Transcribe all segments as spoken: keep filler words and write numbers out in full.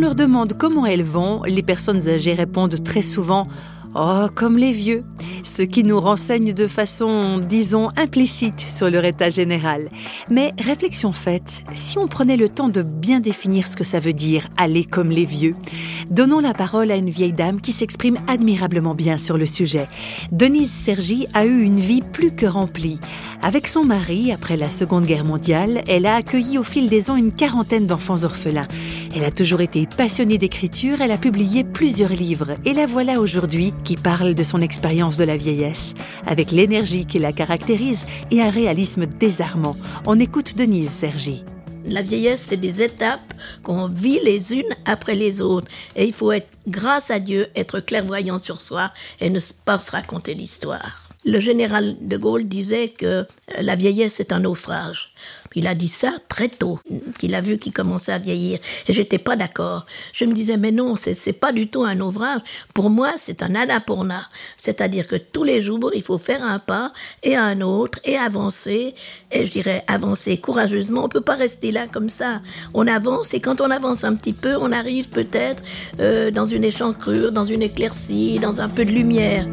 leur demande comment elles vont, les personnes âgées répondent très souvent « Oh, comme les vieux », ce qui nous renseigne de façon, disons, implicite sur leur état général. Mais réflexion faite, si on prenait le temps de bien définir ce que ça veut dire « aller comme les vieux », donnons la parole à une vieille dame qui s'exprime admirablement bien sur le sujet. Denise Sergy a eu une vie plus que remplie. Avec son mari, après la Seconde Guerre mondiale, elle a accueilli au fil des ans une quarantaine d'enfants orphelins. Elle a toujours été passionnée d'écriture, elle a publié plusieurs livres. Et la voilà aujourd'hui qui parle de son expérience de la vieillesse, avec l'énergie qui la caractérise et un réalisme désarmant. On écoute Denise Sergy. La vieillesse, c'est des étapes qu'on vit les unes après les autres. Et il faut être, grâce à Dieu, être clairvoyant sur soi et ne pas se raconter l'histoire. Le général de Gaulle disait que la vieillesse est un naufrage. Il a dit ça très tôt, qu'il a vu qu'il commençait à vieillir. Et j'étais pas d'accord. Je me disais, mais non, c'est, c'est pas du tout un naufrage. Pour moi, c'est un annapurna. C'est-à-dire que tous les jours, il faut faire un pas et un autre et avancer. Et je dirais avancer courageusement. On peut pas rester là comme ça. On avance et quand on avance un petit peu, on arrive peut-être euh, dans une échancrure, dans une éclaircie, dans un peu de lumière.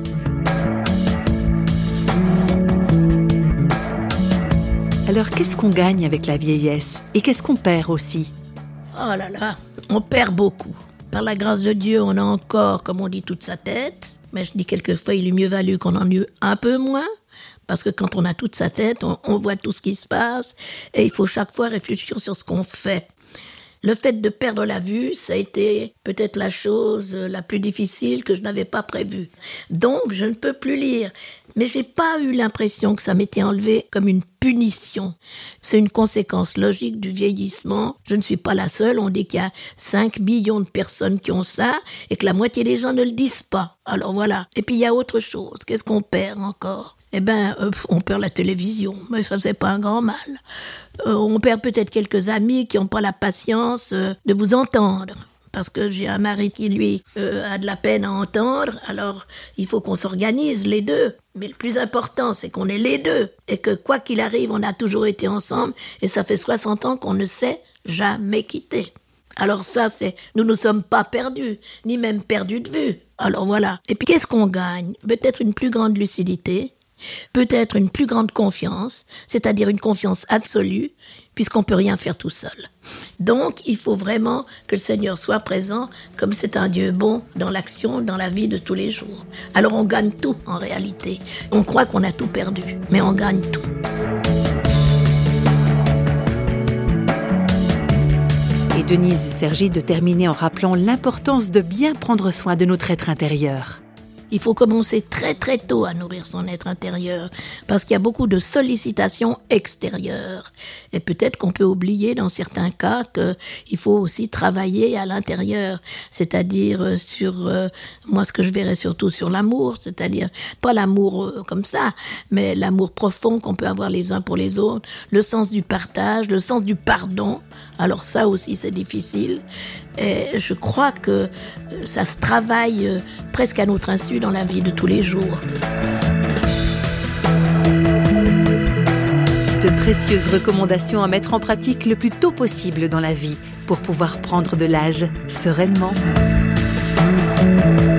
Alors, qu'est-ce qu'on gagne avec la vieillesse et qu'est-ce qu'on perd aussi ? Oh là là, on perd beaucoup. Par la grâce de Dieu, on a encore, comme on dit, toute sa tête. Mais je dis quelquefois, il est mieux valu qu'on en eût un peu moins. Parce que quand on a toute sa tête, on, on voit tout ce qui se passe. Et il faut chaque fois réfléchir sur ce qu'on fait. Le fait de perdre la vue, ça a été peut-être la chose la plus difficile que je n'avais pas prévue. Donc, je ne peux plus lire. Mais j'ai pas eu l'impression que ça m'était enlevé comme une punition. C'est une conséquence logique du vieillissement. Je ne suis pas la seule. On dit qu'il y a cinq millions de personnes qui ont ça et que la moitié des gens ne le disent pas. Alors voilà. Et puis il y a autre chose. Qu'est-ce qu'on perd encore ? Eh ben, euh, on perd la télévision, mais ça c'est pas un grand mal. Euh, on perd peut-être quelques amis qui n'ont pas la patience euh, de vous entendre. Parce que j'ai un mari qui, lui, euh, a de la peine à entendre, alors il faut qu'on s'organise les deux. Mais le plus important, c'est qu'on est les deux. Et que quoi qu'il arrive, on a toujours été ensemble, et ça fait soixante ans qu'on ne s'est jamais quittés. Alors ça, c'est, nous ne sommes pas perdus, ni même perdus de vue. Alors voilà. Et puis qu'est-ce qu'on gagne ? Peut-être une plus grande lucidité, peut-être une plus grande confiance, c'est-à-dire une confiance absolue, puisqu'on ne peut rien faire tout seul. Donc, il faut vraiment que le Seigneur soit présent, comme c'est un Dieu bon dans l'action, dans la vie de tous les jours. Alors, on gagne tout, en réalité. On croit qu'on a tout perdu, mais on gagne tout. Et Denise Sergy de terminer en rappelant l'importance de bien prendre soin de notre être intérieur. Il faut commencer très très tôt à nourrir son être intérieur parce qu'il y a beaucoup de sollicitations extérieures. Et peut-être qu'on peut oublier dans certains cas qu'il faut aussi travailler à l'intérieur, c'est-à-dire sur, euh, moi ce que je verrais surtout sur l'amour, c'est-à-dire pas l'amour euh, comme ça, mais l'amour profond qu'on peut avoir les uns pour les autres, le sens du partage, le sens du pardon. Alors ça aussi c'est difficile. Et je crois que ça se travaille euh, presque à notre insu dans la vie de tous les jours. De précieuses recommandations à mettre en pratique le plus tôt possible dans la vie pour pouvoir prendre de l'âge sereinement.